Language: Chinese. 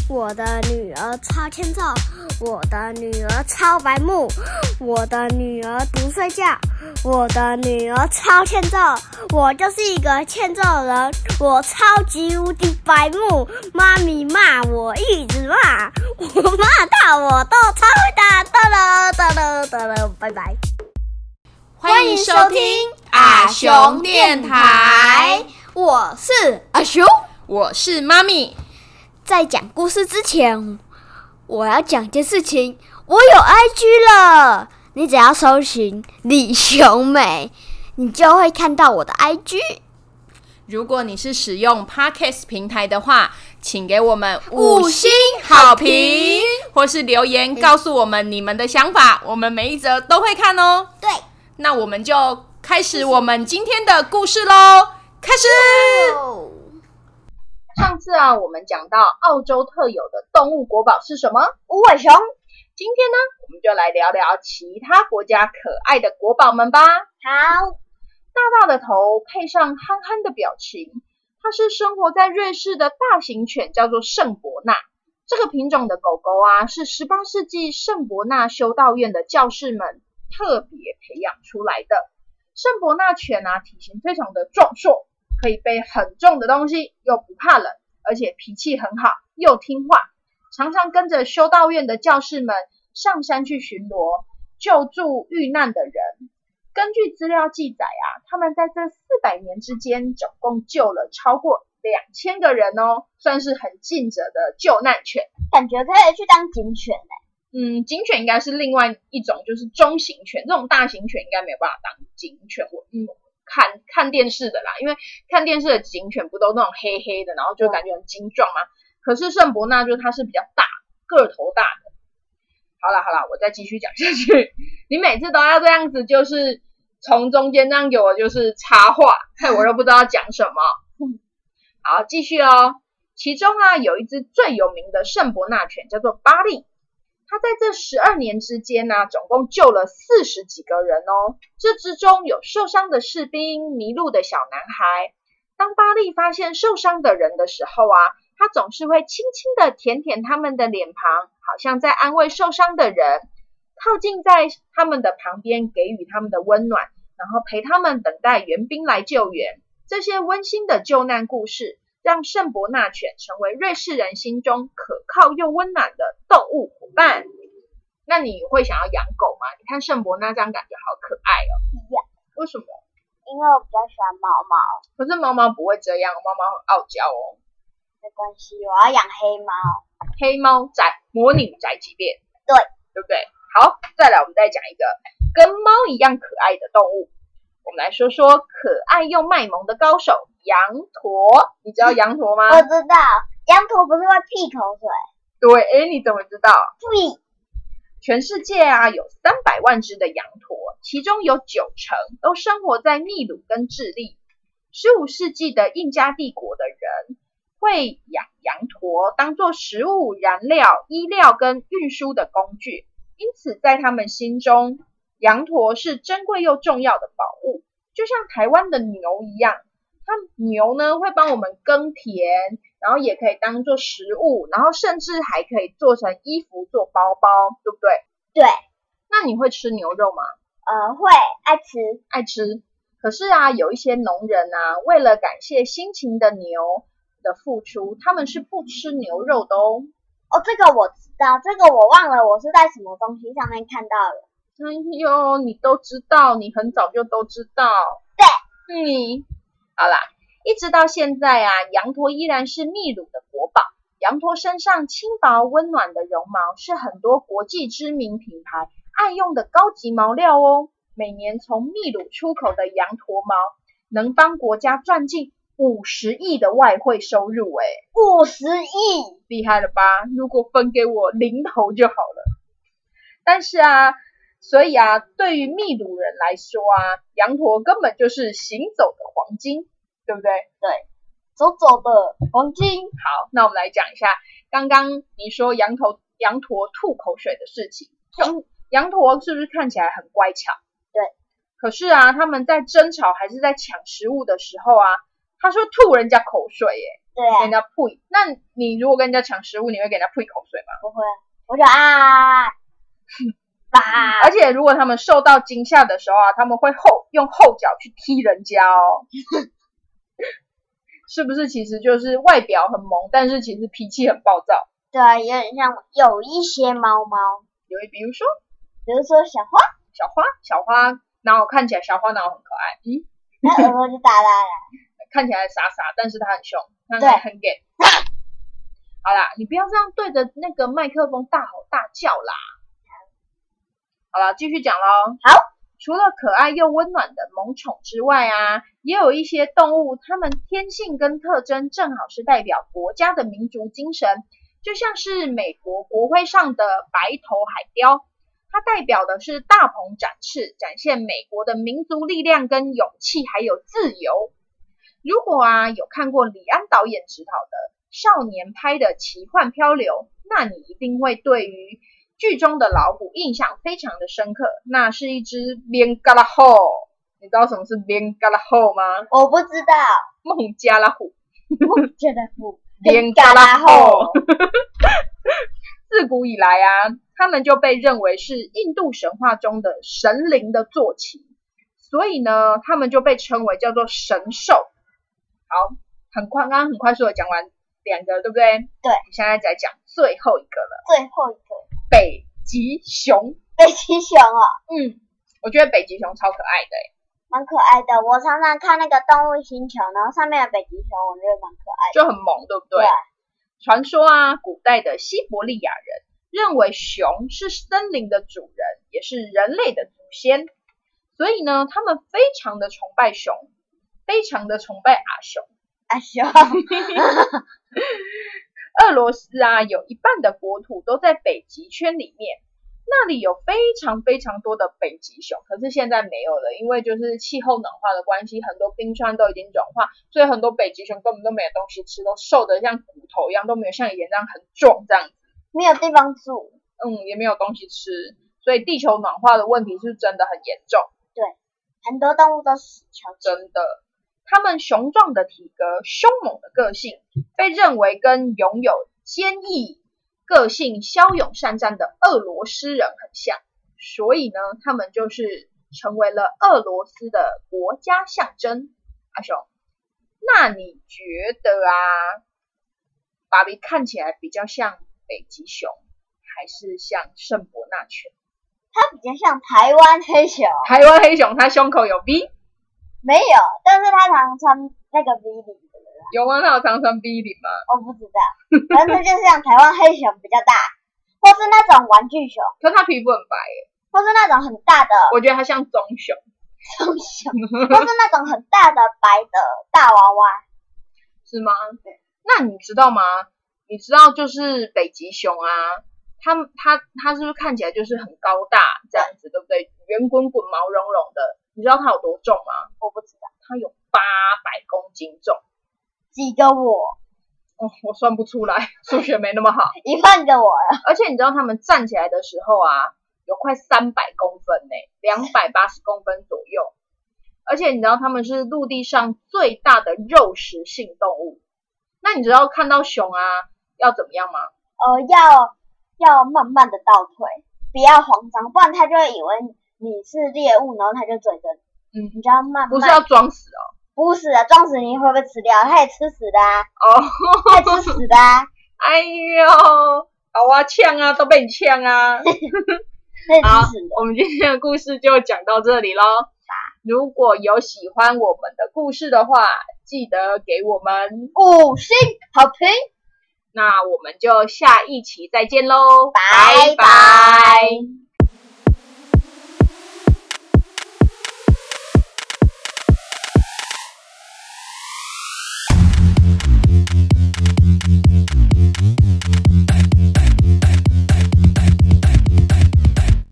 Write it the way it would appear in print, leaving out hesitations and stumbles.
我的女儿超欠揍，我的女儿超白目，我的女儿不睡觉，我的女儿超欠揍，我就是一个欠揍人，我超级无敌白目，妈咪骂我一直骂，我骂到我都超会打，拜拜。 欢迎收听阿雄电台， 我是阿雄， 我是妈咪。 在讲故事之前，我要讲件事情，我有 IG 了，你只要搜寻李雄美，你就会看到我的 IG。 如果你是使用 Podcast 平台的话，请给我们5星好评，或是留言告诉我们你们的想法，我们每一则都会看哦。 对， 那我们就开始我们今天的故事咯，开始。上次啊，我们讲到澳洲特有的动物国宝是什么？ 无尾熊。 今天呢，我们就来聊聊其他国家可爱的国宝们吧。 好， 大大的头配上憨憨的表情，它是生活在瑞士的大型犬，叫做圣伯纳。这个品种的狗狗啊，是18世纪圣伯纳修道院的教士们特别培养出来的。圣伯纳犬啊，体型非常的壮硕，可以背很重的东西，又不怕冷，而且脾气很好，又听话，常常跟着修道院的教士们上山去巡逻，救助遇难的人。根据资料记载啊，他们在这400年之间总共救了超过2000个人哦，算是很尽责的救难犬。 感觉可以去当警犬警犬应该是另外一种，就是中型犬，这种大型犬应该没有办法当警犬。看电视的啦，因为看电视的警犬不都那种黑黑的，然后就感觉很精壮吗？可是圣伯纳就是它是比较大，个头大的。好啦，我再继续讲下去。你每次都要这样子，就是从中间这样给我就是插话，害我都不知道讲什么。好，继续哦。其中啊，有一只最有名的圣伯纳犬叫做巴利。他在这12年之间呢，总共救了40几个人哦。这之中有受伤的士兵、迷路的小男孩。当巴利发现受伤的人的时候啊，他总是会轻轻的舔舔他们的脸庞，好像在安慰受伤的人，靠近在他们的旁边，给予他们的温暖，然后陪他们等待援兵来救援。这些温馨的救难故事，让圣伯纳犬成为瑞士人心中可靠又温暖的动物伙伴。那你会想要养狗吗？你看圣伯纳这样感觉好可爱哦。为什么？ 因为我比较喜欢猫猫。 可是猫猫不会这样，猫猫很傲娇哦。 没关系，我要养黑猫。 黑猫宅模拟宅急便，对不对？好，再来我们再讲一个跟猫一样可爱的动物。我们来说说可爱又卖萌的高手羊驼。你知道羊驼吗？ 我知道，羊驼不是会屁口水？ 对，你怎么知道？ 屁。 全世界啊有300万只的羊驼，其中有90%都生活在秘鲁跟智利。15世纪的印加帝国的人会养羊驼当作食物、燃料、衣料跟运输的工具，因此在他们心中，羊驼是珍贵又重要的宝物，就像台湾的牛一样。牛呢会帮我们耕田，然后也可以当做食物，然后甚至还可以做成衣服、做包包，对不对？ 对。 那你会吃牛肉吗？ 会，爱吃。可是啊，有一些农人啊，为了感谢辛勤的牛的付出，他们是不吃牛肉的哦。 这个我知道，这个我忘了我是在什么东西上面看到的。 哎呦，你都知道，你很早就都知道。 对。 好啦，一直到现在啊，羊驼依然是秘鲁的国宝。羊驼身上轻薄温暖的绒毛是很多国际知名品牌爱用的高级毛料哦。每年从秘鲁出口的羊驼毛能帮国家赚进50亿的外汇收入 50亿， 厉害了吧？如果分给我零头就好了。但是啊，所以啊，对于秘鲁人来说啊，羊驼根本就是行走的黄金，对不对？ 对，走走的黄金。 好，那我们来讲一下刚刚你说羊驼吐口水的事情。羊驼是不是看起来很乖巧？ 对。 可是啊，他们在争吵还是在抢食物的时候啊，他说吐人家口水对啊， 跟人家呸。那你如果跟人家抢食物，你会给人家呸口水吗？ 不会，我就啊， 而且如果他们受到惊吓的时候啊，他们会用后脚去踢人家哦。是不是其实就是外表很萌，但是其实脾气很暴躁？ 对，有点像有一些猫猫， 比如说小花， 脑看起来小花脑很可爱， 那耳朵就大大的， 看起来傻傻，但是它很凶，它对很 gay。好啦，你不要这样对着那个麦克风大吼大叫啦。好啦，继续讲咯。 好， 除了可爱又温暖的萌宠之外啊，也有一些动物，它们天性跟特征正好是代表国家的民族精神，就像是美国国徽上的白头海雕，它代表的是大鹏展翅，展现美国的民族力量跟勇气还有自由。如果啊有看过李安导演执导的少年拍的奇幻漂流，那你一定会对于剧中的老虎印象非常的深刻，那是一只边嘎拉虎。你知道什么是边嘎拉虎吗？ 我不知道， 孟加拉虎。 边嘎拉虎， 自古以来啊，他们就被认为是印度神话中的神灵的坐骑，所以呢，他们就被称为叫做神兽。好，刚刚很快速的讲完两个，对不对？ 对， 现在再讲最后一个了。 最后一个北极熊。 北极熊哦， 我觉得北极熊超可爱的蛮可爱的。我常常看那个动物星球，然后上面的北极熊，我觉得蛮可爱的， 就很萌，对不对？ 对。 传说啊，古代的西伯利亚人认为熊是森林的主人，也是人类的祖先，所以呢，他们非常的崇拜熊，非常的崇拜阿熊。 阿熊， 俄罗斯啊，有一半的国土都在北极圈里面，那里有非常非常多的北极熊，可是现在没有了，因为就是气候暖化的关系，很多冰川都已经融化，所以很多北极熊根本都没有东西吃，都瘦得像骨头一样，都没有像以前这样很壮这样子， 没有地方住， 也没有东西吃，所以地球暖化的问题是真的很严重。 对，很多动物都死翘， 真的。它们雄壮的体格、凶猛的个性，被认为跟拥有坚毅个性、骁勇善战的俄罗斯人很像，所以呢，他们就是成为了俄罗斯的国家象征。阿雄，那你觉得啊，芭比看起来比较像北极熊，还是像圣伯纳犬？ 它比较像台湾黑熊。 台湾黑熊，它胸口有 V？ 没有，但是它常穿那个 V 领的。 有吗？它有常穿 V 领吗？ 我不知道，反正就是像台湾黑熊比较大，或是那种玩具熊， 可是它皮肤很白耶， 或是那种很大的， 我觉得它像棕熊， 或是那种很大的白的大娃娃， 是吗？对。那你知道吗？你知道就是北极熊啊，它是不是看起来就是很高大这样子，对不对？圆滚滚、毛茸茸的。你知道它有多重吗？ 我不知道， 它有800公斤重。 几个我？ 我算不出来，数学没那么好。 一半个我了。 而且你知道它们站起来的时候啊，有快300公分呢，280公分左右。而且你知道它们是陆地上最大的肉食性动物。那你知道看到熊啊要怎么样吗？ 要慢慢的倒退，不要慌张，不然它就会以为你是猎物，然后它就追着你。你就要慢慢。 不是要装死哦？ 不是啊，装死你会不会吃掉？它也吃死的啊。它也吃死的啊。 哎呦，好啊，呛啊，都被你呛啊。好，我们今天的故事就讲到这里咯。如果有喜欢我们的故事的话，记得给我们 5星好评。 那我们就下一期再见咯， 拜拜。